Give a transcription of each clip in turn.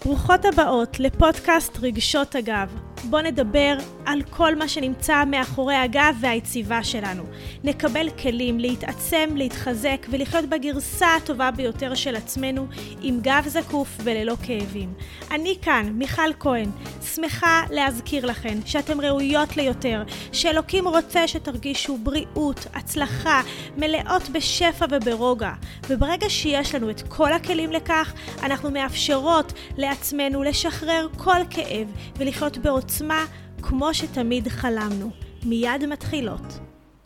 ברוכות הבאות לפודקאסט רגשות הגב. בוא נדבר על כל מה שנמצא מאחורי הגב והיציבה שלנו. נקבל כלים להתעצם, להתחזק ולחיות בגרסה הטובה ביותר של עצמנו עם גב זקוף וללא כאבים. אני כאן, מיכל כהן, שמחה להזכיר לכן שאתם ראויות ליותר, שאלוקים רוצה שתרגישו בריאות, הצלחה, מלאות בשפע וברוגע. וברגע שיש לנו את כל הכלים לכך, אנחנו מאפשרות לעצמנו לשחרר כל כאב ולחיות בעוצמה כמו שתמיד חלמנו. מיד מתחילות.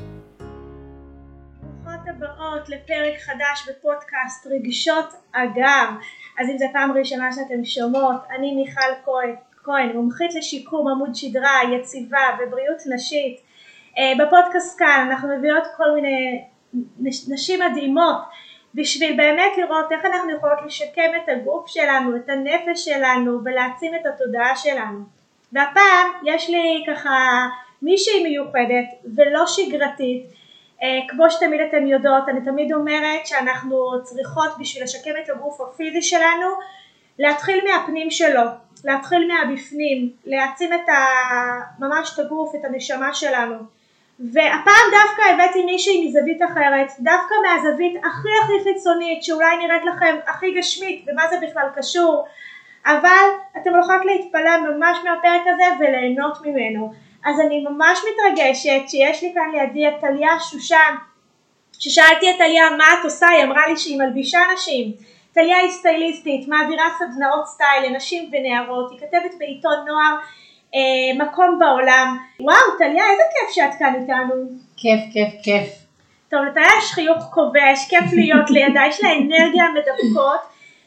ברוכות הבאות לפרק חדש בפודקאסט רגשות הגב. אז אם זו פעם ראשונה שאתם שומעות, אני מיכל כהן, מומחית לשיקום עמוד שדרה, יציבה ובריאות נשית. בפודקאסט כאן אנחנו מביאות כל מיני נשים מדהימות, בשביל באמת לראות איך אנחנו יכולות לשקם את הגוף שלנו, את הנפש שלנו ולהעצים את התודעה שלנו. והפעם יש לי ככה מישהי מיוחדת ולא שגרתית, כמו שתמיד אתם יודעות, אני תמיד אומרת שאנחנו צריכות בשביל לשקם את הגוף הפיזי שלנו, להתחיל מהפנים שלו, להתחיל מהבפנים, להעצים ממש את הגוף, את הנשמה שלנו. והפעם דווקא הבאתי מישהי מזווית אחרת, דווקא מהזווית הכי חיצונית, שאולי נראית לכם הכי גשמית, ומה זה בכלל קשור, אבל אתם הולכות להתפלא ממש מהפרק הזה וליהנות ממנו. אז אני ממש מתרגשת שיש לי כאן לידי את טליה שושן, ששאלתי את טליה מה את עושה, היא אמרה לי שהיא מלבישה נשים. טליה היא סטייליסטית, מעבירה סדנאות סטייל לנשים ונערות, היא כתבת בעיתון נוער, מקום בעולם. וואו, טליה, איזה כיף שאת כאן איתנו. כיף. טוב, לטליה יש חיוך כובש, כיף להיות לידה, יש לה אנרגיה מדבקות,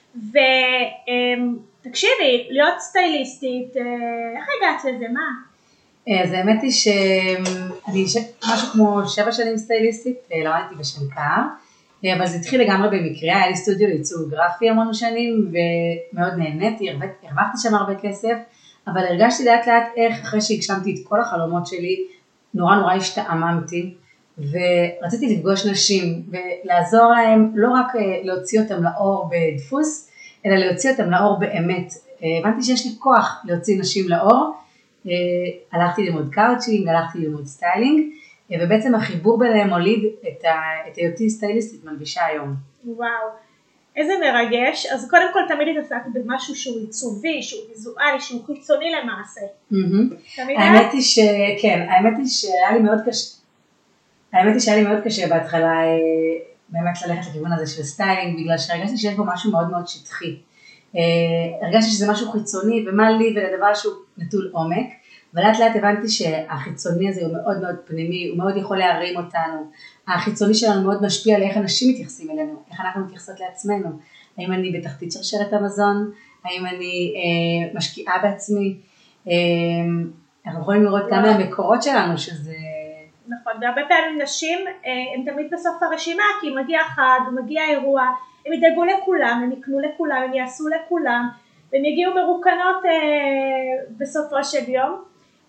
ותקשיבי, להיות סטייליסטית, איך הגעת לזה, מה? אז האמת היא שאני משהו כמו 7 שנים סטייליסטית, למדתי בשנקר, אבל זה התחיל לגמרי במקרה, היה לי סטודיו לעיצוב גרפי המון שנים, ומאוד נהניתי, הרווחתי שם הרבה כסף, אבל הרגשתי לאט לאט איך אחרי שהגשמתי את כל החלומות שלי, נורא השתעממתי, ורציתי לפגוש נשים, ולעזור להם לא רק להוציא אותם לאור בדפוס, אלא להוציא אותם לאור באמת. הבנתי שיש לי כוח להוציא נשים לאור, הלכתי ללמוד קאוצ'ינג, הלכתי ללמוד סטיילינג, ובעצם החיבור ביניהם הוליד את היותי סטייליסטית מלבישה היום. וואו. איזה מרגש. אז קודם כל תמיד התעסקת במשהו שהוא עיצובי, שהוא ויזואלי, שהוא חיצוני למעשה. האמת היא שכן, האמת היא שהיה לי מאוד קשה בהתחלה באמת ללכת לכיוון הזה של סטיילינג, בגלל שהרגשתי שיש בו משהו מאוד שטחי. הרגשתי שזה משהו חיצוני ומה לי ולדבר שהוא נטול עומק, ולאט לאט הבנתי שהחיצוני הזה הוא מאוד פנימי, הוא מאוד יכול להרים אותנו. החיצוני שלנו מאוד משפיע על איך אנשים מתייחסים אלינו, איך אנחנו מתייחסות לעצמנו. האם אני בתחתית שרשרת המזון, האם אני משקיעה בעצמי. אנחנו יכולים לראות גם מהמקורות שלנו שזה... נכון, והרבה פעמים נשים הן תמיד בסוף הרשימה, כי מגיע חג, מגיע אירוע, הם ידאגו לכולם, הם יקנו לכולם, הם יעשו לכולם, והם יגיעו מרוקנות בסופו של יום.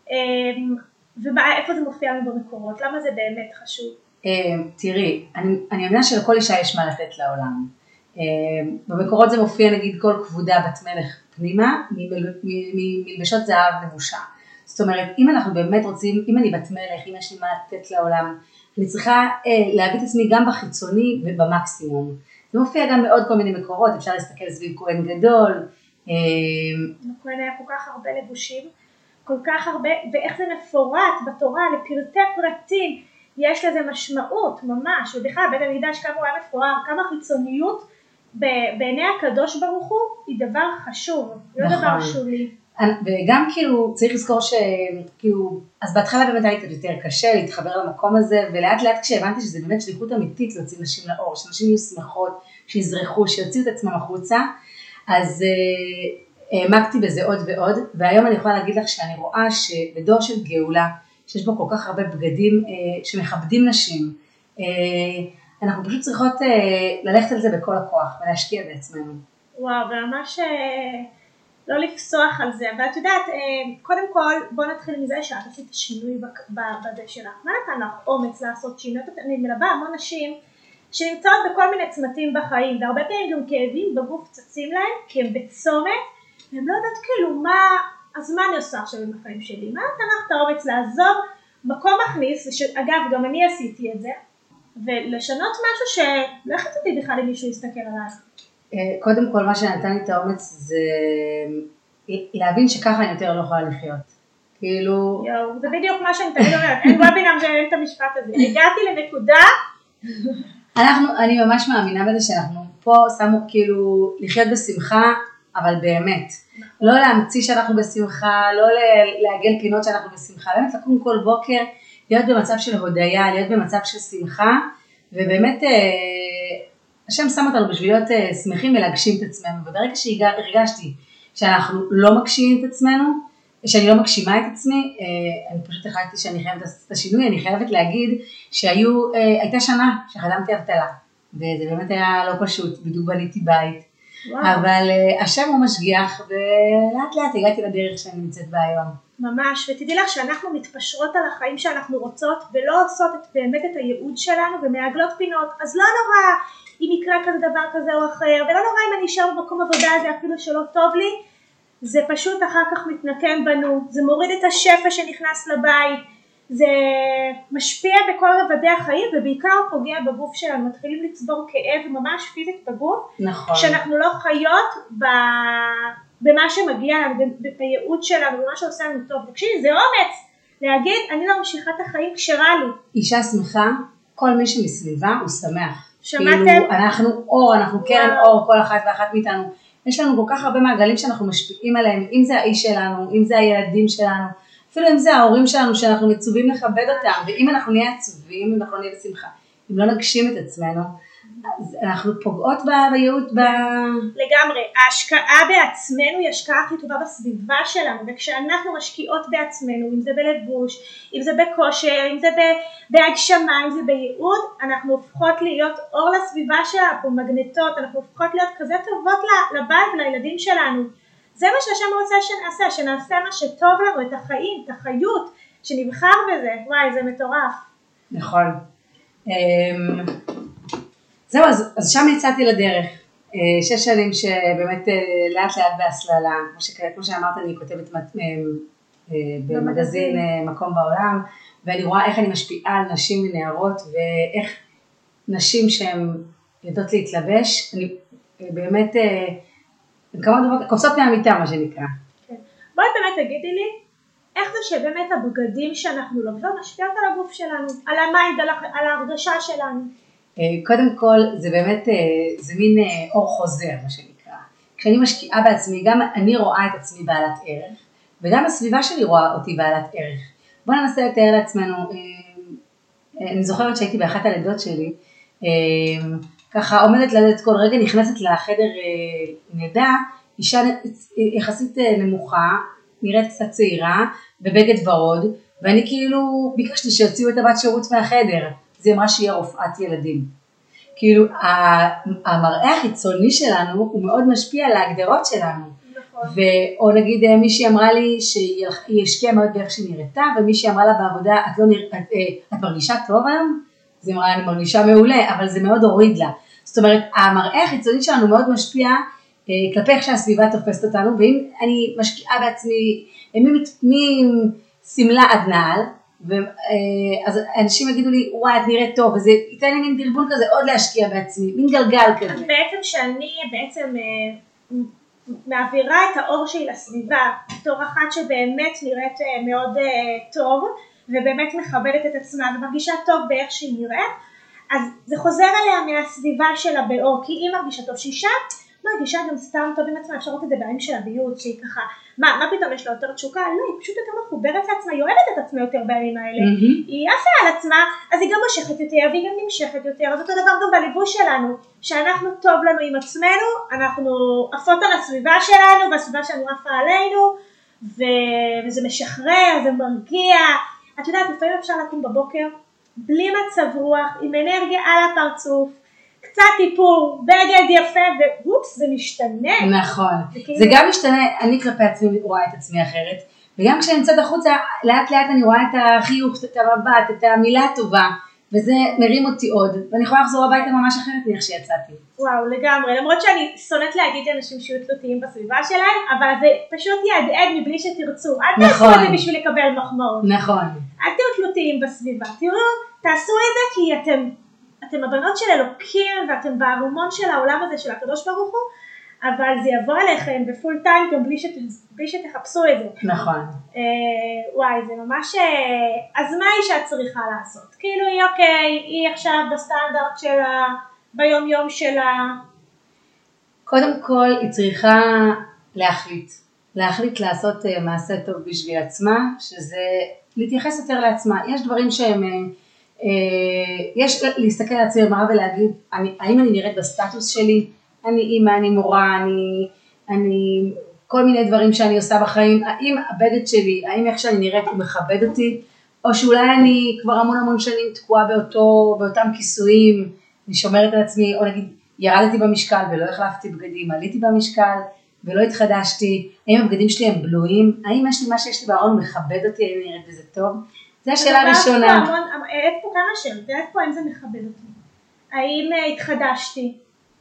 ואיפה זה מופיע לנו במקורות? למה זה באמת חשוב? תראי, אני מאמינה שלכל אישה יש מה לתת לעולם. במקורות זה מופיע נגיד כל כבודה בת מלך פנימה, מלבשות זהב לבושה. זאת אומרת, אם אנחנו באמת רוצים, אם אני בת מלך, אם יש לי מה לתת לעולם, אני צריכה להביא את עצמי גם בחיצוני ובמקסימום. זה מופיע גם בעוד כל מיני מקורות, אפשר להסתכל סביב כהן גדול. כהן היה כל כך הרבה לבושים, כל כך הרבה, ואיך זה מפורט בתורה לפרטי פרטים, יש לזה משמעות ממש, ובכלל בית המקדש כמה הוא היה מפורט, כמה חיצוניות בעיני הקדוש ברוך הוא היא דבר חשוב, לא דבר שולי. וגם כאילו צריך לזכור שכאילו, אז בהתחלה באמת היה לי קצת יותר קשה להתחבר למקום הזה, ולאט לאט כשהבנתי שזה באמת שליחות אמיתית להוציא נשים לאור, שאנשים יהיו שמחות, שיזרחו, שיוציאו את עצמם החוצה, אז העמקתי בזה עוד ועוד, והיום אני יכולה להגיד לך שאני רואה שבדור של גאולה, שיש בו כל כך הרבה בגדים שמכבדים נשים, אנחנו פשוט צריכות ללכת על זה בכל הכוח ולהשקיע בעצמנו. וואו, וממש לא לפסוח על זה, ואת יודעת, קודם כל בוא נתחיל מזה שאת עשית שינוי בזה שלך. מה נתן לך אומץ לעשות שינוי? אני מלווה המון נשים שנמצאות בכל מיני צמתים בחיים, והרבה פעמים גם כאבים בגוף צצים להם, כי הם בצומת, והן לא יודעת כאילו אז מה אני עושה עכשיו עם החיים שלי, מה נתן לך את האומץ לעזוב מקום מכניס, אגב גם אני עשיתי את זה, ולשנות משהו שלא חצתי בכלל אם מישהו יסתכל עליי. קודם כל מה שנתן לי את האומץ זה להבין שככה אני יותר לא יכולה לחיות. כאילו... יואו, זה בדיוק מה שאני תמיד אומרת, אין וובינר שאין את המשפט הזה. הגעתי לנקודה. אני ממש מאמינה בזה שאנחנו פה שמו כאילו לחיות בשמחה, אבל באמת. לא להמציא שאנחנו בשמחה, לא לעגל פינות שאנחנו בשמחה, באמת לקום כל בוקר, להיות במצב של הודיה, להיות במצב של שמחה, ובאמת השם שם אותנו בשביל להיות שמחים ולהגשים את עצמנו, וברגע שהרגשתי שאנחנו לא מגשימים את עצמנו, שאני לא מגשימה את עצמי, אני פשוט החלטתי שאני חייבת לעשות את השינוי, אני חייבת להגיד שהייתה שנה שחלמתי אבטלה, וזה באמת היה לא פשוט, בדיוק בניתי בית, אבל השם הוא משגיח, ולאט לאט הגעתי לדרך שאני נמצאת בה היום. ממש, ותדעי לך שאנחנו מתפשרות על החיים שאנחנו רוצות, ולא עושות באמת את הייעוד שלנו, ומעגלות פינות, אז לא נורא אם יקרה כזה דבר כזה או אחר, ולא נורא אם אני אשאר במקום עבודה הזה אפילו שלא טוב לי, זה פשוט אחר כך מתנקם בנו, זה מוריד את השפע שנכנס לבית, זה משפיע בכל רבדי החיים, ובעיקר פוגע בגוף שלנו, מתחילים לצבור כאב ממש פיזית בגוף, נכון. שאנחנו לא חיות במה שמגיע לנו, בייעוד שלנו, במה שעושה לנו טוב. תקשיבי, זה אומץ להגיד, אני לא ממשיכה את החיים כשרה לי. אישה שמחה, כל מי שמסביבה הוא שמח. שמעתם? כאילו אנחנו אור, אנחנו קרן אור, כל אחת ואחת מאיתנו. יש לנו כל כך הרבה מעגלים שאנחנו משפיעים עליהם, אם זה האיש שלנו, אם זה הילדים שלנו, אפילו אם זה ההורים שלנו שאנחנו מצווים לכבד אותם, ואם אנחנו נהיה עצובים, אם אנחנו נהיה בשמחה, אם לא נגשים את עצמנו, אז אנחנו פוגעות בייעוד. לגמרי, ההשקעה בעצמנו היא השקעה הכי טובה בסביבה שלנו, וכשאנחנו משקיעות בעצמנו, אם זה בלבוש, אם זה בכושר, אם זה בהגשמה, אם זה בייעוד, אנחנו הופכות להיות אור לסביבה שלנו, מגנטות, אנחנו הופכות להיות כזה טובות לבית ולילדים שלנו. זה מה שהשם רוצה שנעשה מה שטוב לנו, את החיים, את החיות, שנבחר בזה. וואי, זה מטורף. נכון. זהו, אז שם יצאתי לדרך. 6 שנים שבאמת לאט לאט בהסללה, כמו שאמרת, אני כותבת במגזין מקום בעולם, ואני רואה איך אני משפיעה על נשים ונערות, ואיך נשים שהן יודעות להתלבש, אני באמת, כוסות מהמיטה מה שנקרא. כן. בואי באמת תגידי לי, איך זה שבאמת הבגדים שאנחנו לובשות משפיעות על הגוף שלנו, על המיינד, על ההרגשה שלנו? קודם כל זה באמת, זה מין אור חוזר מה שנקרא. כשאני משקיעה בעצמי, גם אני רואה את עצמי בעלת ערך, וגם הסביבה שלי רואה אותי בעלת ערך. בואו ננסה לתאר לעצמנו, אני זוכרת שהייתי באחת הלידות שלי, ככה עומדת ללדת כל רגע, נכנסת לחדר לידה, אישה יחסית נמוכה, נראית קצת צעירה, בבגד ורוד, ואני כאילו ביקשתי שיוציאו את הבת שירות מהחדר, זה אמרה שהיא רופאת ילדים. כאילו המראה החיצוני שלנו הוא מאוד משפיע על ההגדרות שלנו. נכון. או נגיד מישהי אמרה לי שהיא השקיעה מאוד באיך שהיא נראתה, ומישהי אמרה לה בעבודה, את מרגישה טוב היום? זה אמרה, אני מרגישה מעולה, אבל זה מאוד הוריד לה. זאת אומרת, המראה החיצוני שלנו מאוד משפיע כלפי איך שהסביבה תופסת אותנו, ואם אני משקיעה בעצמי מסמלה עד נעל, אז אנשים יגידו לי, וואי, את נראית טוב, וזה ייתן לי מין דרבון כזה עוד להשקיע בעצמי, מין גלגל כזה. אז בעצם שאני מעבירה את האור שלי לסביבה, בתור אחת שבאמת נראית מאוד טוב, ובאמת מכבדת את עצמה ומרגישה טוב באיך שהיא נראית, אז זה חוזר אליה מהסביבה שלה באור, כי היא מרגישה טוב, שאישה מרגישה גם סתם טוב עם עצמה, אפשר לראות את זה בעין שלה ביות, שהיא ככה, מה פתאום יש לה יותר תשוקה? לא, היא פשוט יותר מחוברת לעצמה, היא אוהבת את עצמה יותר בימים האלה, היא יפה על עצמה, אז היא גם מושכת יותר, והיא גם נמשכת יותר, אז אותו דבר גם בליבוש שלנו, שאנחנו טוב לנו עם עצמנו, אנחנו עפות על הסביבה שלנו, והסביבה שלנו עפה עלינו, וזה משחרר, זה מרגיע, את יודעת, לפעמים אפשר לקום בבוקר, בלי מצב רוח, עם אנרגיה על הפרצוף, קצת איפור, בגד יפה, ואופס, זה משתנה. נכון, זה גם משתנה, אני כלפי עצמי רואה את עצמי אחרת, וגם כשאני נמצאת החוצה, לאט לאט אני רואה את החיוך, את המבט, את המילה הטובה, וזה מרים אותי עוד, ואני יכולה לחזור הביתה ממש אחרת מאיך שיצאתי. וואו, לגמרי, למרות שאני שונאת להגיד לאנשים שיהיו תלותיים בסביבה שלהם, אבל זה פשוט יעדעד מבלי שתרצו, אל תעשו את זה בשביל לקבל מחמאות. נכון. אל תהיו תלותיים בסביבה, תעשו את זה כי אתם הבנות של אלוקים, ואתם בארמון של העולם הזה של הקדוש ברוך הוא, אבל זה יבוא עליכם בפול טיים גם בלי שתחפשו את זה. נכון. וואי, זה ממש, אז מה היא שאת צריכה לעשות? כאילו היא אוקיי, היא עכשיו בסטנדרט שלה, ביום יום שלה. קודם כל היא צריכה להחליט לעשות מעשה טוב בשביל עצמה, שזה להתייחס יותר לעצמה. יש דברים שהם, יש להסתכל על עצמי במראה ולהגיד, האם אני נראית בסטטוס שלי? אני אימא, אני מורה, אני כל מיני דברים שאני עושה בחיים, האם הבגד שלי, האם איך שאני נראית הוא מכבד אותי, או שאולי אני כבר המון שנים תקועה באותם כיסויים, אני שומרת על עצמי, או נגיד ירדתי במשקל ולא החלפתי בגדים, עליתי במשקל ולא התחדשתי, האם הבגדים שלי הם בלויים, האם יש לי מה שיש לי בארון מכבד אותי, האם נראית בזה טוב, זה השאלה הראשונה. העלית פה כמה שאלות, העלית פה האם זה מכבד אותי, האם התחדשתי,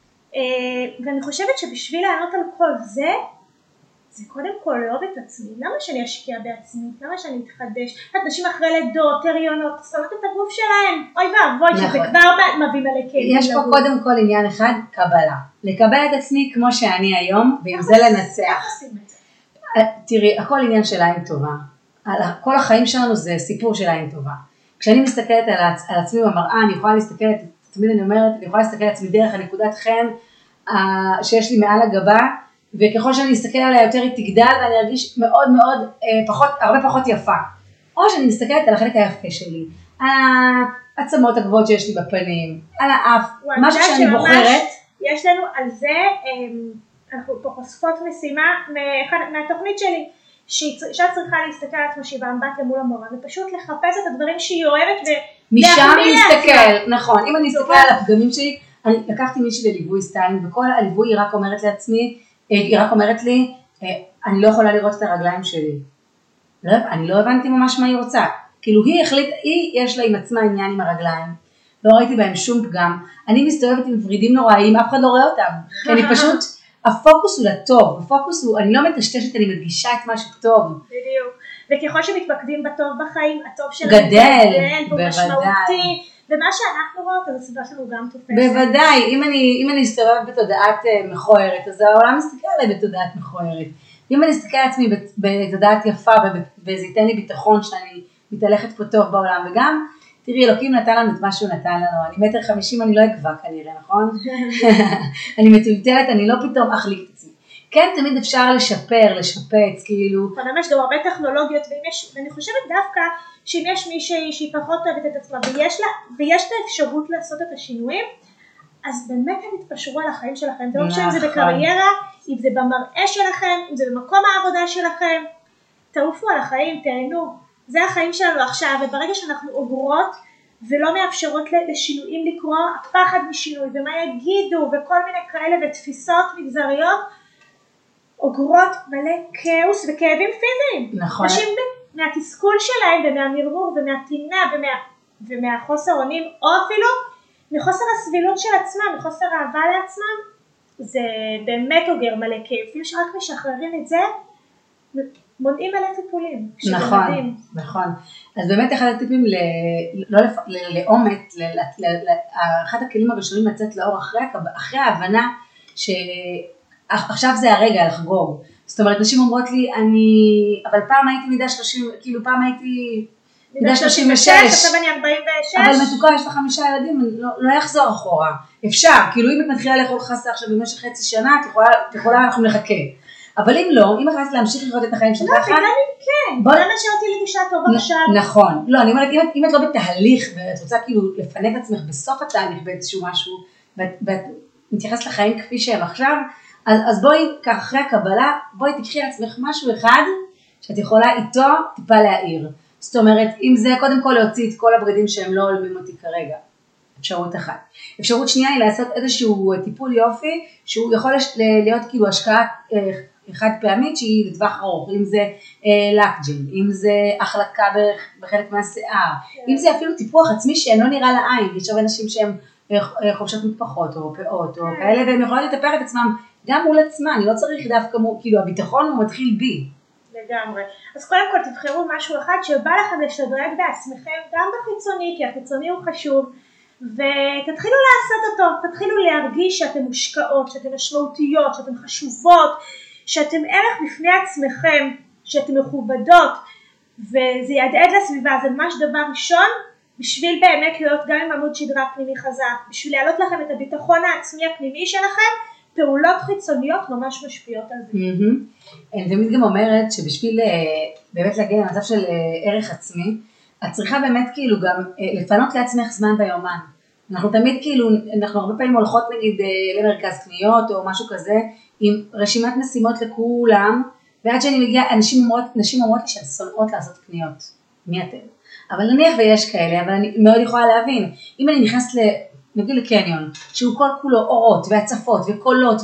ואני חושבת שבשביל לענות על כל זה, זה קודם כל לאהוב את עצמי. למה שאני אשקיע בעצמי? למה שאני אתחדש? אנשים אחרי לידות, הריונות, שונאות את הגוף שלהם. אוי ואבוי, שזה כבר מביא מלא כאבים. יש פה קודם כל עניין אחד, קבלה. לקבל את עצמי כמו שאני היום, ועם זה לנצח. תראי, הכל עניין של עין טובה. כל החיים שלנו זה סיפור של עין טובה. כשאני מסתכלת על עצמי במראה, אני יכולה להסתכל, תמיד אני אומרת, אני יכולה להסתכל על עצמי דרך הנקודת חן שיש לי מעל הגבה, וככל שאני אסתכל עליה יותר היא תגדל, ואני ארגיש מאוד הרבה פחות יפה. או שאני מסתכלת על החלק היפה שלי, על העצמות הגבוהות שיש לי בפנים, על האף, משהו שאני בוחרת. יש לנו על זה, אנחנו פה חושפות משימה מהתוכנית שלי, שאישה צריכה להסתכל על עצמה שהיא באמבטיה למול המורה, ופשוט לחפש את הדברים שהיא אוהבת, משם להסתכל, נכון, אם אני אסתכל על הפגמים שלי, אני לקחתי מישהי לליווי סטיילינג, וכל הליווי היא רק אומרת לעצמי, היא רק אומרת לי, אני לא יכולה לראות את הרגליים שלי. אני לא הבנתי ממש מה היא רוצה. כאילו היא יש לה עם עצמה עניין עם הרגליים. לא ראיתי בהם שום פגם. אני מסתובבת עם ורידים נוראים, אף אחד לא רואה אותם. כי אני פשוט, הפוקוס הוא לטוב. הפוקוס הוא, אני לא מטשטשת, אני מדגישה את מה שטוב. בדיוק. וככל שמתמקדים בטוב בחיים, הטוב שלנו גדל, בוודאי. ומה שאנחנו רואות, אז הסביבה שלנו גם תופסת. בוודאי, אם אני אסתובב בתודעת מכוערת, אז העולם מסתכל עליי בתודעת מכוערת. אם אני אסתכל על עצמי בתודעת יפה, וזה ייתן לי ביטחון שאני מתהלכת פה טוב בעולם, וגם, תראי, אלוקים נתן לנו את מה שהוא נתן לנו, אני 1.50 מטר, אני לא אגבה כנראה, נכון? אני מטולטלת, אני לא פתאום אחליק את עצמי. כן, תמיד אפשר לשפר, לשפץ, כאילו. יש גם הרבה טכנולוגיות, ואני חושבת דווקא, שאם יש מישהי שהיא פחות אוהבת את עצמה, ויש לה אפשרות לעשות את השינויים, אז באמת הם יתפשרו על החיים שלכם. זה לא משנה אם זה בקריירה, אם זה במראה שלכם, אם זה במקום העבודה שלכם, תעופו על החיים, תהנו. זה החיים שלנו עכשיו, וברגע שאנחנו אוגרות, ולא מאפשרות לשינויים לקרוא, הפחד משינוי, ומה יגידו, וכל מיני כאלה, ותפיסות מגזריות, אוגרות מלא כאוס וכאבים פיזיים. נכון. נשים מהתסכול שלהם ומהמרמור ומהתינה ומהחוסר אונים, או אפילו מחוסר הסבילות של עצמם, מחוסר אהבה לעצמם, זה באמת אוגר מלא כאב. אפילו שרק משחררים את זה, מונעים מלא טיפולים. נכון. אז באמת אחד הטיפים לעומק, אחד הכלים הראשונים לצאת לאור אחרי ההבנה שעכשיו זה הרגע לחגוג. זאת אומרת, נשים אומרות לי, אבל פעם הייתי מידה 30, כאילו פעם הייתי מידה 36, עכשיו אני 46. אבל מתוקה, יש לך 5 ילדים, לא יחזור אחורה. אפשר, כאילו אם את מתחילה לאכול חסה עכשיו במשך חצי שנה, את יכולה, אנחנו נחכה. אבל אם לא, אם החלטת להמשיך לראות את החיים שלך, לא, וגם אם כן, בוא נשאר אותי לגישה טובה עכשיו. נכון, לא, אני אומרת, אם את לא בתהליך, ואת רוצה כאילו לפנק עצמך בסוף התהליך באיזשהו משהו, ואת מתייחסת לחיים כפי שהם עכשיו, אז בואי, כך אחרי הקבלה, בואי תקחי לעצמך משהו אחד, שאת יכולה איתו טיפה להעיר. זאת אומרת, אם זה קודם כל להוציא את כל הבגדים שהם לא עולמים אותי כרגע. אפשרות אחת. אפשרות שנייה היא לעשות איזשהו טיפול יופי, שהוא יכול להיות כאילו השקעה חד פעמית שהיא לטווח ארוך, אם זה לקג'ל, אם זה החלקה בחלק מהשיער, אם זה אפילו טיפוח עצמי שאינו נראה לעין, יש הרבה אנשים שהם חובשות מטפחות או פאות או כאלה, והם יכולים לטפח את עצמם גם מול עצמם, אני לא צריך דווקא, כאילו הביטחון הוא מתחיל בי. לגמרי. אז קודם כל תבחרו משהו אחד שבא לכם לשדרג בעצמכם, גם בחיצוני, כי החיצוני הוא חשוב, ותתחילו לעשות אותו, תתחילו להרגיש שאתם מושקעות, שאתם משמעותיות, שאתם חשובות, שאתם ערך בפני עצמכם, שאתם מכובדות, וזה ידעד לסביבה, זה ממש דבר ראשון, בשביל באמת להיות גם עם עמוד שדרה פנימי חזק, בשביל להעלות לכם את הביטחון העצמי הפנימי שלכם, פעולות חיצוניות ממש משפיעות על זה. אני תמיד גם אומרת שבשביל באמת להגיע למצב של ערך עצמי, את צריכה באמת כאילו גם לפנות לעצמך זמן ביומן. אנחנו תמיד כאילו, אנחנו הרבה פעמים הולכות נגיד למרכז קניות או משהו כזה, עם רשימת משימות לכולם, ועד שאני מגיעה, נשים אומרות לי שהן שונאות לעשות קניות. מי אתם? אבל נניח ויש כאלה, אבל אני מאוד יכולה להבין. אם אני נכנסת נגיד לקניון, שהוא כל כולו אורות והצפות וקולות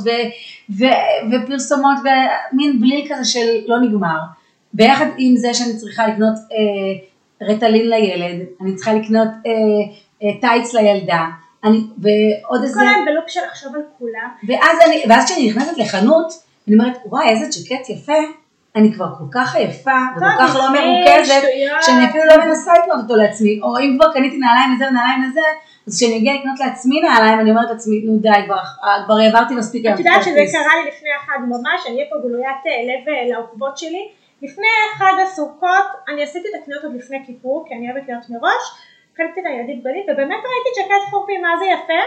ופרסומות ומין בליל כזה של לא נגמר, ביחד עם זה שאני צריכה לקנות רטלין לילד, אני צריכה לקנות טייץ לילדה, ועוד איזה... כל האנבלוק של לחשוב על כולם. ואז כשאני נכנסת לחנות, אני אומרת, וואי, איזה ג'קט יפה, אני כבר כל כך עייפה, וכל כך לא מרוכזת, שאני אפילו לא מנסה לקנות אותו לעצמי, או אם כבר קניתי נעליים לזה ונעליים לזה, אז כשאני אגיע לקנות לעצמי נעליים, אני אומרת לעצמי, נו די, כבר העברתי מספיק. את יודעת שזה קרה לי לפני אחד ממש, אני אהיה פה גלוית לב לעוקבות שלי, לפני אחד הסוכות, אני עשיתי את הקניות עוד לפני כיפור, כי אני אוהבת להיות מראש, קניתי לילדים גדולים, ובאמת ראיתי ג'קט חורפי, מה זה יפה,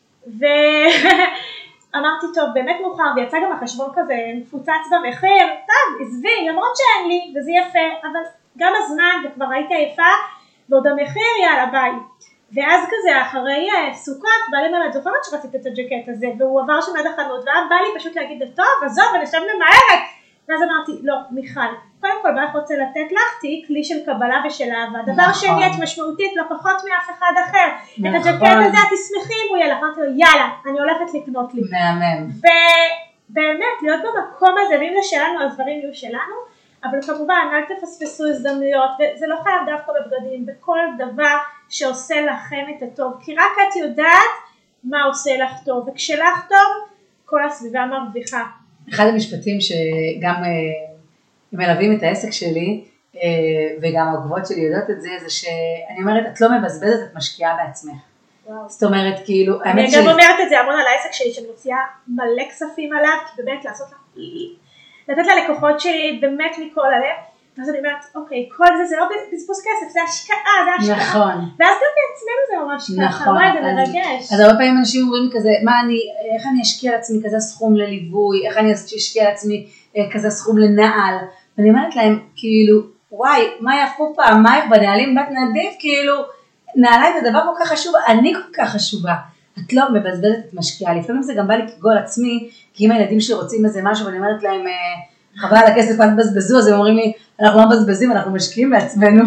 ואמרתי טוב, באמת מאוחר, ויצא גם החשבון כזה מפוצץ במחיר, טוב, עזבי, למרות שאין לי, וזה יפה, אבל גם הזמן, וכבר הייתי עייפה, ועוד המחיר, יאללה, ביי. ואז כזה, אחרי סוכות, בא לי מלא, זוכרת שרצית את הג'קט הזה, והוא עבר שם עד החנות, ובא לי פשוט להגיד, טוב, עזוב, אני שם ממהרת. ואז אמרתי, לא, מיכל, קודם כל, בא לך רוצה לתת לך, תהי כלי של קבלה ושל אהבה. דבר שני, את משמעותית, לא פחות מאף אחד אחר. את הג'קט הזה, את תשמחי אם הוא יהיה לך. אמרתי לו, יאללה, אני הולכת לקנות לי. מהמם. ובאמת, להיות במקום הזה, ואם זה שלנו, אז דברים יהיו שלנו, אבל כמובן, אל תפספסו הזדמנויות, וזה לא חייב דווקא בבגדים, בכל דבר שעושה לכם את הטוב, כי רק את יודעת מה עושה לך טוב, וכשלך טוב, כל הסביבה מרוויחה. אחד המשפטים שגם מלווים את העסק שלי, וגם העוקבות שלי יודעות את זה, זה שאני אומרת, את לא מבזבזת, את משקיעה בעצמך. וואו. זאת אומרת, כאילו, אני גם אומרת את זה המון על העסק שלי, שאני מוציאה מלא כספים עליו, כי באמת לעשות לתת ללקוחות שלי באמת מכל הלב, ואז אני אומרת, אוקיי, כל זה לא בזבוז כסף, זה השקעה, זה השקעה. נכון. ואז גם בעצמנו זה ממש ככה, וואי, זה מרגש. אז הרבה פעמים אנשים אומרים כזה, איך אני אשקיע לעצמי כזה סכום לליווי, איך אני אשקיע לעצמי כזה סכום לנעל, ואני אומרת להם, כאילו, וואי, מה יפו פעמייך בנעלים בת נדיב, כאילו, נעליים זה דבר כל כך חשוב, אני כל כך חשובה. את לא מבזבזת את משקיעה, לפעמים זה גם בא לי כגול עצמי, כי אם הילדים שלי רוצים איזה משהו, ואני אומרת להם, חבל על הכסף, אל תבזבזו, אז הם אומרים לי, אנחנו לא מבזבזים, אנחנו משקיעים בעצמנו.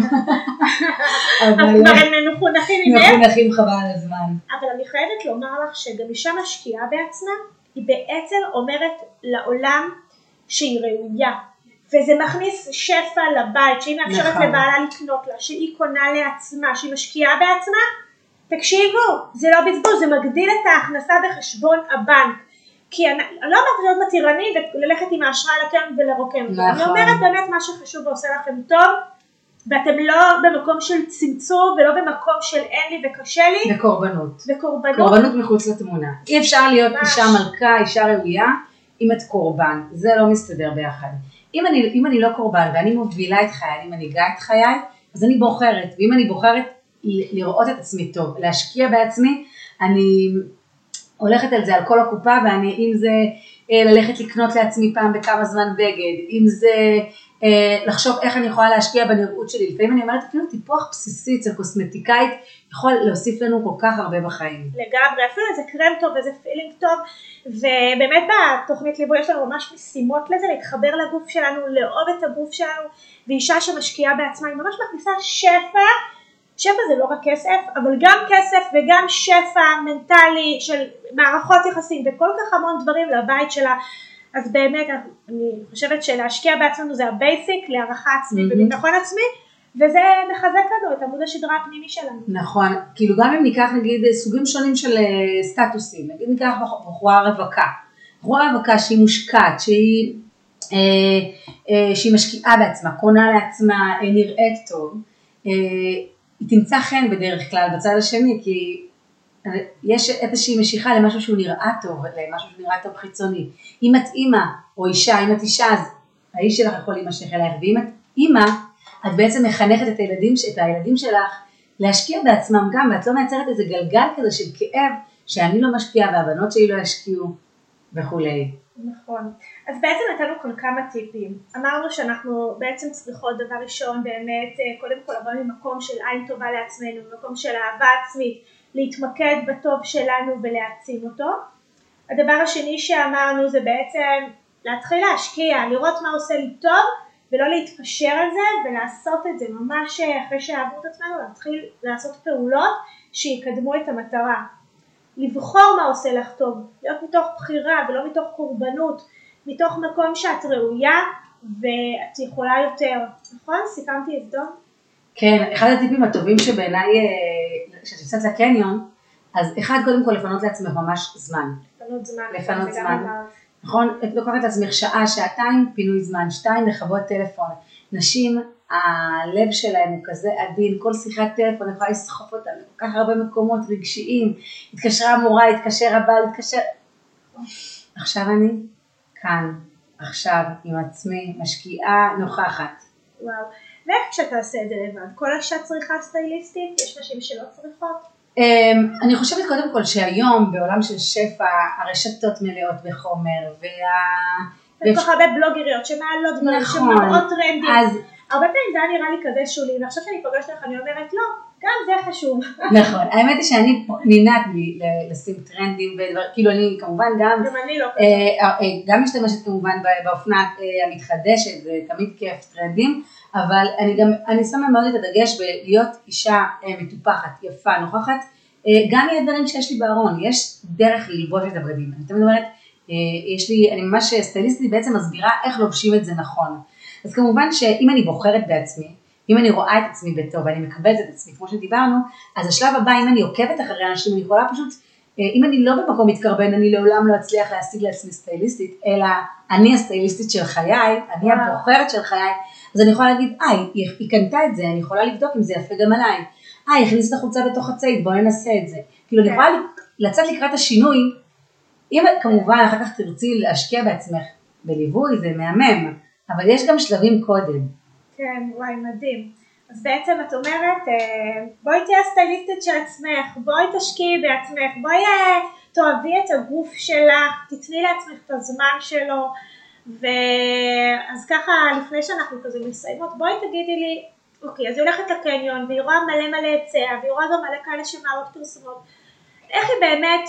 אז כבר הם מחונכים ממך. מחונכים חבל על הזמן. אבל אני חייבת לומר לך שגם אישה משקיעה בעצמה, היא בעצם אומרת לעולם שהיא ראויה, וזה מכניס שפע לבית, שהיא מאפשרת לבעלה לקנות לה, שהיא קונה לעצמה, שהיא משקיעה בעצמה, תקשיבו, זה לא בזבוז, זה מגדיל את ההכנסה בחשבון הבנק, כי אני לא אומרת להיות מתירני וללכת עם האשראי לקרן ולרוקם, אני אומרת באמת מה שחשוב ועושה לכם טוב, ואתם לא במקום של צמצום ולא במקום של אין לי וקשה לי. וקורבנות. קורבנות מחוץ לתמונה. אי אפשר להיות אישה מלכה, אישה ראויה, אם את קורבן, זה לא מסתדר ביחד. אם אני לא קורבן ואני מובילה את חיי, אני מנהיגה את חיי, אז אני בוחרת, ואם אני בוחרת לראות את עצמי טוב, להשקיע בעצמי, אני הולכת על זה על כל הקופה, ואני, אם זה ללכת לקנות לעצמי פעם בכמה זמן בגד, אם זה לחשוב איך אני יכולה להשקיע בנראות שלי, לפעמים אני אומרת אפילו טיפוח בסיסי אצל קוסמטיקאית, יכול להוסיף לנו כל כך הרבה בחיים. לגמרי, אפילו איזה קרם טוב, איזה פילינג טוב, ובאמת בתוכנית ליווי יש לנו ממש משימות לזה, להתחבר לגוף שלנו, לאהוב את הגוף שלנו, ואישה שמשקיעה בעצמה, היא ממש מכניסה שפע, שפע זה לא רק כסף, אבל גם כסף וגם שפע מנטלי של מערכות יחסים וכל כך המון דברים לבית שלה. אז באמת אני חושבת שלהשקיע בעצמנו זה הבייסיק להערכה עצמית וביטחון עצמי, וזה מחזק לנו את עמוד השדרה הפנימי שלנו. נכון, כאילו גם אם ניקח נגיד סוגים שונים של סטטוסים, נגיד ניקח בחורה רווקה, בחורה רווקה שהיא מושקעת, שהיא משקיעה בעצמה, קונה לעצמה, נראית טוב, היא תמצא חן בדרך כלל בצד השני, כי יש איזושהי משיכה למשהו שהוא נראה טוב, למשהו שהוא נראה טוב חיצוני. אם את אימא או אישה, אם את אישה, אז האיש שלך יכול להימשך אלייך, ואם את אימא, את בעצם מחנכת את הילדים שלך להשקיע בעצמם גם, ואת לא מייצרת איזה גלגל כזה של כאב, שאני לא משקיעה והבנות שלי לא ישקיעו וכולי. נכון. אז בעצם נתנו כאן כמה טיפים. אמרנו שאנחנו בעצם צריכות דבר ראשון באמת, קודם כל לבוא ממקום של עין טובה לעצמנו, ממקום של אהבה עצמית, להתמקד בטוב שלנו ולהעצים אותו. הדבר השני שאמרנו זה בעצם להתחיל להשקיע, לראות מה עושה לי טוב, ולא להתפשר על זה ולעשות את זה ממש אחרי שאהבו את עצמנו, להתחיל לעשות פעולות שיקדמו את המטרה. לבחור מה עושה לך טוב, להיות מתוך בחירה ולא מתוך קורבנות, מתוך מקום שאת ראויה ואת יכולה יותר. נכון? סיכמתי את דום? כן, אחד הטיפים הטובים שבעיניי, כשאת יוצאת לקניון, אז אחד קודם כל לפנות לעצמך ממש זמן. לפנות זמן. נכון? את לוקחת לעצמך שעה, שעתיים פינוי זמן, 2 לכבות טלפון. נשים, הלב שלהם הוא כזה עדין, כל שיחת טלפון יכולה לסחוף אותם כל כך הרבה מקומות רגשיים, התקשרה המורה, התקשר הבעל, התקשר... עכשיו אני כאן, עכשיו עם עצמי, משקיעה, נוכחת. וואו, ואיך כשאתה עושה את זה לבד? כל אישה צריכה סטייליסטית? יש נשים שלא צריכות? אני חושבת קודם כל שהיום בעולם של שפע הרשתות מלאות בחומר יש כל כך הרבה בלוגריות שמעלות דברים שמראות טרנדים, הרבה פעמים זה היה נראה לי כזה שולי, ועכשיו שאני פוגשת לך אני אומרת לא, גם זה חשוב. נכון, האמת היא שאני נמנעת לשים טרנדים ודבר, כאילו אני כמובן גם אני לא גם משתמשת כמובן באופנה המתחדשת, זה תמיד כיף טרנדים, אבל אני שמה מאוד את הדגש בלהיות אישה מטופחת, יפה, נוכחת, גם מהדברים שיש לי בארון, יש דרך ללבוש את הבגדים, אני תמיד אומרת, אני ממש סטייליסטית בעצם מסבירה איך לובשים את זה נכון, אז כמובן שאם אני בוחרת בעצמי, אם אני רואה את עצמי בטוב ואני מקבלת את עצמי כמו שדיברנו, אז השלב הבא אם אני עוקבת אחרי אנשים, אני יכולה פשוט, אם אני לא במקום מתקרבן, אני לעולם לא אצליח להשיג לעצמי סטייליסטית, אלא אני הסטייליסטית של חיי, אני הבוחרת של חיי, אז אני יכולה להגיד, היא קנתה את זה, אני יכולה לבדוק אם זה יפה גם עליי, היא הכניסה את החולצה בתוך הצעית, בואי ננסה את זה. כאילו אני יכולה לצאת לקראת השינוי, אם כמובן אחר כך תרצי להשקיע בעצמך בליווי, זה מהמם, אבל יש גם שלבים קודם. כן, וואי, מדהים. אז בעצם את אומרת, בואי תהיה הסטייליסטית של עצמך, בואי תשקיעי בעצמך, בואי תאהבי את הגוף שלך, תתני לעצמך את הזמן שלו, ואז ככה לפני שאנחנו כזה מסיימות, בואי תגידי לי, אוקיי, אז היא הולכת לקניון, והיא רואה מלא מלא היצע, והיא רואה גם מלא כאלה שמעלות פרסומות, איך היא באמת,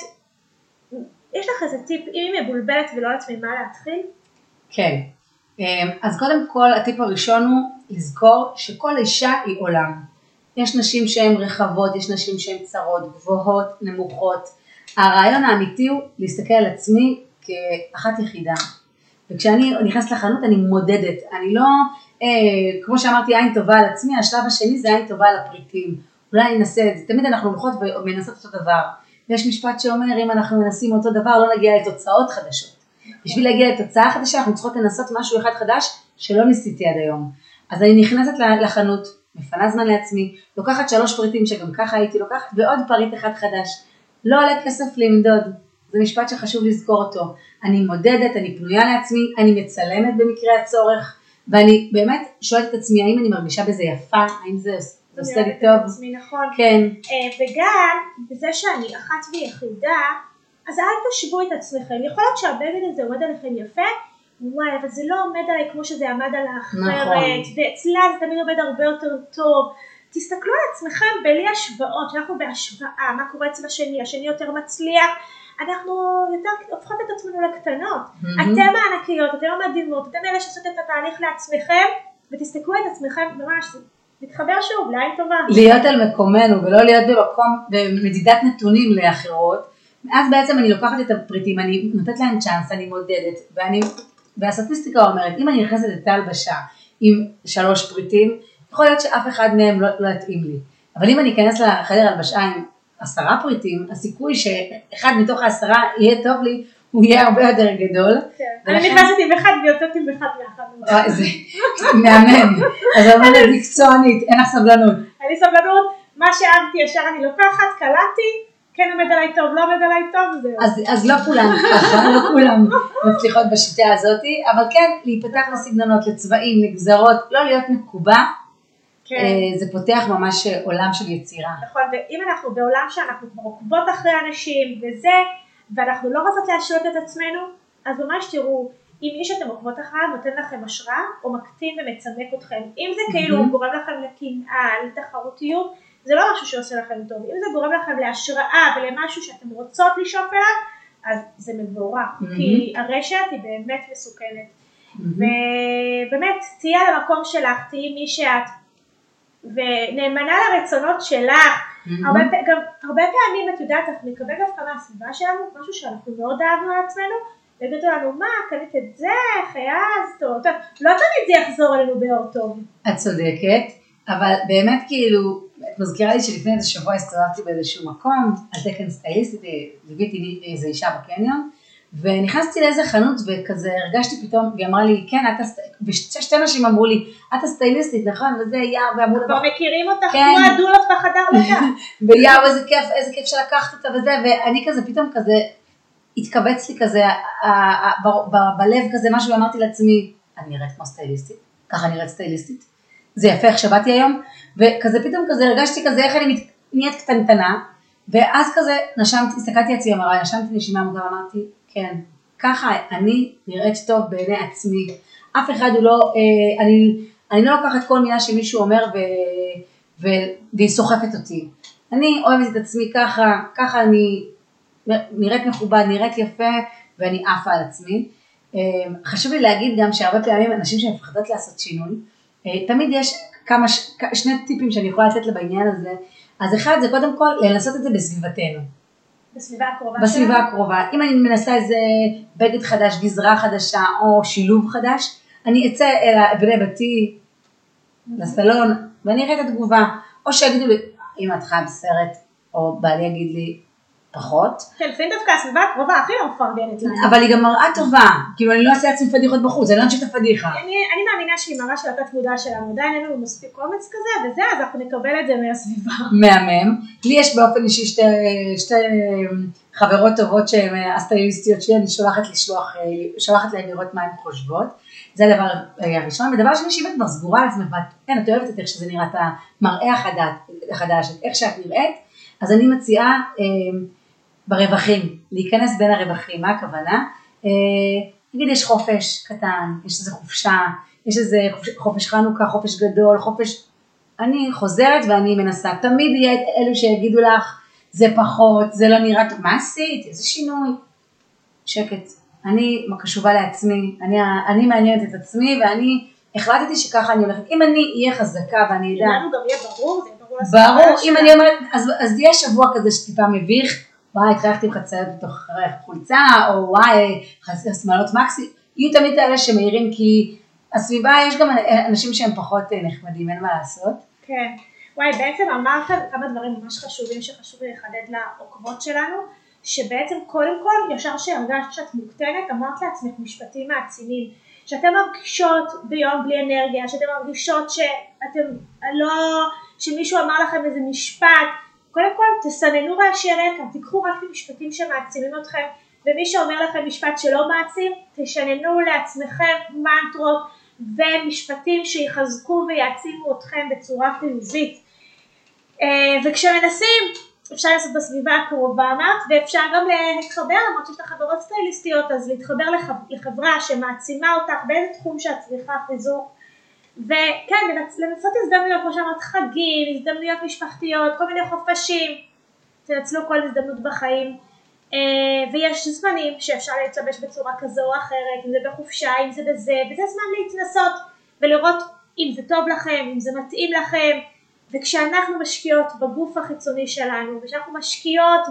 יש לך איזה טיפ, אם היא מבולבלת ולא יודעת ממה להתחיל? כן, אז קודם כל הטיפ הראשון הוא לזכור שכל אישה היא עולם. יש נשים שהן רחבות, יש נשים שהן צרות, גבוהות, נמוכות. הרעיון האמיתי הוא להסתכל על עצמי כאחת יחידה. וכשאני נכנסת לחנות אני מודדת, אני לא, כמו שאמרתי, עין טובה על עצמי, השלב השני זה עין טובה על הפריטים. אולי אני אנסה את זה, תמיד אנחנו הולכות ומנסות אותו דבר. ויש משפט שאומר, אם אנחנו מנסים אותו דבר, לא נגיע לתוצאות חדשות. בשביל להגיע לתוצאה חדשה, אנחנו צריכות לנסות משהו אחד חדש שלא ניסיתי עד היום. אז אני נכנסת לחנות, מפנה זמן לעצמי, לוקחת 3 פריטים שגם ככה הייתי לוקחת, ועוד פריט אחד חדש. לא עולה כסף למדוד, זה משפט שחשוב לזכור אותו. אני מודדת, אני פנויה לעצמי, אני מצלמת במקרה הצורך, ואני באמת שואלת את עצמי, האם אני מרגישה בזה יפה, האם זה עושה לי טוב. עצמי, נכון. כן. וגם, בזה שאני אחת ויחידה, אז אל תשבו את עצמכם, יכול להיות שהבגד הזה עומד עליכם יפה, וואי, אבל זה לא עומד עליי כמו שזה עמד על האחרת, ואצלה זה תמיד עומד הרבה יותר טוב. תסתכלו על עצמכם בלי השוואות, שאנחנו בהשוואה, מה קורה אצל השני, השני יותר מצליח, אנחנו יותר הופכות את עצמנו לקטנות. אתם הענקיות, אתם המדהימות, אתם אלה שעושות את התהליך לעצמכם, ותסתכלו את עצמכם ממש, מתחבר שוב, לעין טובה. להיות על מקומנו ולא להיות במדידת נתונים לאחרות, אז בעצם אני לוקחת את הפריטים, אני נותנת להם צ'אנס, אני מודדת, והסטטיסטיקה אומרת, אם אני נכנסת את הלבשה עם 3 פריטים, יכול להיות שאף אחד מהם לא יתאים לי. אבל אם אני אכנס לחדר הלבשה עם 10 פריטים, הסיכוי שאחד מתוך 10 יהיה טוב לי, הוא יהיה הרבה יותר גדול. אני נכנסת עם אחד ויוצאת עם אחד מאחד. זה מהמם. אז אני אומרת מקצוענית, אין לך סבלנות. אין לי סבלנות, מה שאהבתי ישר אני לוקחת, קלטתי, כן עומד עליי טוב, לא עומד עליי טוב, זהו. אז לא כולם ככה, לא כולם מצליחות בשיטה הזאת, אבל כן, להיפתח לסגנונות, לצבעים, לגזרות, לא להיות מקובע, זה פותח ממש עולם של יצירה. נכון, ואם אנחנו בעולם שאנחנו כבר עוקבות אחרי אנשים וזה, ואנחנו לא רוצות להשלות את עצמנו, אז ממש תראו, אם מי שאתם עוקבות אחריו נותן לכם השראה, או מקטין ומצמק אתכם. אם זה כאילו גורם לכם לקנאה, לתחרותיות, זה לא משהו שעושה לכם טוב. אם זה גורם לכם להשראה ולמשהו שאתם רוצות לשאוף אליו, אז זה מבורך, כי הרשת היא באמת מסוכנת. ובאמת, תהיה על המקום שלך, תהיי מי שאת, ונאמנה לרצונות שלך. הרבה פעמים, את יודעת, אנחנו נקבל דווקא מהסביבה שלנו, משהו שאנחנו מאוד אהבנו על עצמנו, ויגידו לנו, מה, קנית את זה, חייזת, לא תמיד זה יחזור אלינו באור טוב. את צודקת, אבל באמת כאילו, את מזכירה לי שלפני איזה שבוע הסתובבתי באיזשהו מקום, על תקן סטייליסטית, ליוויתי איזו אישה בקניון, ונכנסתי לאיזה חנות וכזה הרגשתי פתאום, והיא אמרה לי, כן, ושתי נשים אמרו לי, את הסטייליסטית, נכון? וזה יאו, ואמרו לי, כבר מכירים אותך כמו הדולות בחדר לידה. ויאו, איזה כיף שלקחת אותה וזה, ואני כזה פתאום כזה, התכווץ לי כזה, בלב כזה משהו, ואמרתי לעצמי, אני נראית כמו סטייליסטית, ככה נראית סטייליסטית, זה יפה איך שבאתי היום, וכזה פתאום כזה הרגשתי כזה, איך אני נהיית קטנטנה, ואז כזה נשמתי, הסתכלתי עצמי המראה, נשמתי נשימה עמוקה, ואמרתי, כן, ככה אני נראית טוב בעיני עצמי, אף אחד הוא לא, אני לא לוקחת כל מילה שמישהו אומר והיא סוחפת אותי, אני אוהבת את עצמי ככה אני נראית מכובד, נראית יפה, ואני עפה על עצמי. חשוב לי להגיד גם שהרבה פעמים אנשים שמפחדות לעשות שינוי, תמיד יש שני טיפים שאני יכולה לתת בעניין הזה, אז אחד זה קודם כל לנסות את זה בסביבתנו. בסביבה הקרובה שלנו? בסביבה הקרובה. אם אני מנסה איזה בגד חדש, גזרה חדשה או שילוב חדש, אני אצא אל בני ביתי, לסלון, ואני אראה את התגובה. או שיגידו לי, אם את חיה בסרט, או בעלי יגיד לי, פחות. כן, לפעמים דווקא הסביבה הקרובה הכי לא מפרגנת לנו. אבל היא גם מראה טובה, כאילו אני לא אעשה לעצמי פדיחות בחוץ, אני לא אנשי את הפדיחה. אני מאמינה שהיא מראה של התת מודע שלנו, עדיין אין לנו מספיק קומץ כזה, וזה, אז אנחנו נקבל את זה מהסביבה. מהמם. לי יש באופן אישי שתי חברות טובות שהן הסטייליסטיות שלי, אני שולחת להן לראות מה הן חושבות. זה הדבר הראשון, ודבר שני שהיא כבר סגורה על עצמך, את אוהבת את איך שזה נראה, את המראה החדש, איך שאת נראית, אז אני מציעה ברווחים, להיכנס בין הרווחים, מה הכוונה? נגיד יש חופש קטן, יש איזה חופשה, יש איזה חופש חנוכה, חופש גדול, אני חוזרת ואני מנסה, תמיד יהיה אלו שיגידו לך, זה פחות, זה לא נראה טוב, מה עשית? איזה שינוי? שקט, אני קשובה לעצמי, אני מעניינת את עצמי ואני החלטתי שככה אני הולכת, אם אני אהיה חזקה ואני אדע, לנו גם יהיה ברור, זה ברור, אם אני אומרת, אז יהיה שבוע כזה שטיפה מביך, וואי, התחייכתי עם חצאיות בתוך חולצה, או וואי, שמאלות מקסי, יהיו תמיד האלה שמאירים, כי הסביבה יש גם אנשים שהם פחות נחמדים, אין מה לעשות. כן, וואי, בעצם אמרת כמה דברים ממש חשובים, שחשוב לחדד לעוקבות שלנו, שבעצם קודם כל, ישר שהרגשת שאת מוקטנת, אמרת לעצמך משפטים מעצימים, שאתם מרגישות ביום בלי אנרגיה, שאתם מרגישות שאתם לא, שמישהו אמר לכם איזה משפט, קודם כל תסננו רעשי רקע, תיקחו רק משפטים שמעצימים אתכם, ומי שאומר לכם משפט שלא מעצים, תשננו לעצמכם מנטרות ומשפטים שיחזקו ויעצימו אתכם בצורה חיובית. וכשמנסים, אפשר לעשות בסביבה הקרובה, ואפשר גם להתחבר, למרות שיש לך חברות סטייליסטיות, אז להתחבר לחברה שמעצימה אותך באיזה תחום שאת צריכה חיזוק, וכן, לנסות הזדמנויות, כמו שאמרת, חגים, הזדמנויות משפחתיות, כל מיני חופשים, תנצלו כל הזדמנות בחיים, ויש זמנים שאפשר להתלבש בצורה כזו או אחרת, אם זה בחופשה, אם זה בזה, וזה זמן להתנסות, ולראות אם זה טוב לכם, אם זה מתאים לכם, וכשאנחנו משקיעות בגוף החיצוני שלנו, וכשאנחנו משקיעות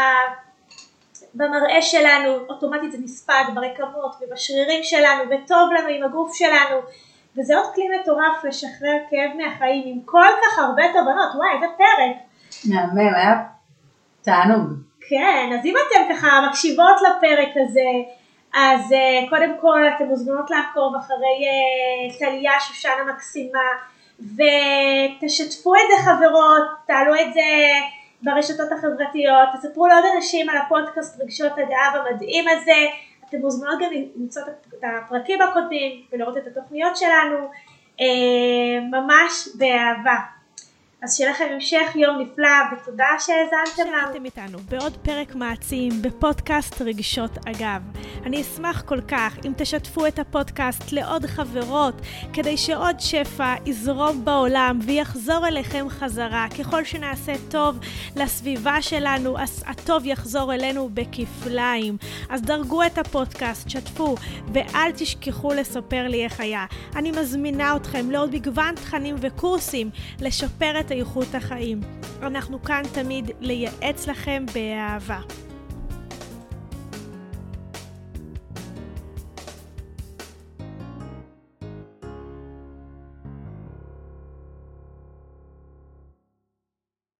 במראה שלנו, אוטומטית זה נספג ברקמות ובשרירים שלנו, וטוב לנו עם הגוף שלנו, וזה עוד כלי מטורף לשחרר כאב מהחיים עם כל כך הרבה תובנות. וואי, איזה פרק. מהמם, היה תענוג. כן, אז אם אתם ככה מקשיבות לפרק הזה, אז קודם כל אתם מוזמנות לעקוב אחרי טליה שושן המקסימה, ותשתפו את זה חברות, תעלו את זה ברשתות החברתיות, תספרו לעוד אנשים על הפודקאסט רגשות הגאווה המדהים הזה. אתם מוזמנות גם למצוא את הפרקים הקודמים ולראות את התוכניות שלנו, ממש באהבה. אז שיהיה לכם המשך יום נפלא, ותודה שהאזנתם לנו. שאתם איתנו בעוד פרק מעצים בפודקאסט רגשות אגב. אני אשמח כל כך אם תשתפו את הפודקאסט לעוד חברות, כדי שעוד שפע יזרום בעולם ויחזור אליכם חזרה. ככל שנעשה טוב לסביבה שלנו, אז הטוב יחזור אלינו בכפליים. אז דרגו את הפודקאסט, שתפו, ואל תשכחו לספר לי איך היה. אני מזמינה אתכם לעוד מגוון תכנים וקורסים לשפר את איכות החיים. אנחנו כאן תמיד לייעץ לכם באהבה.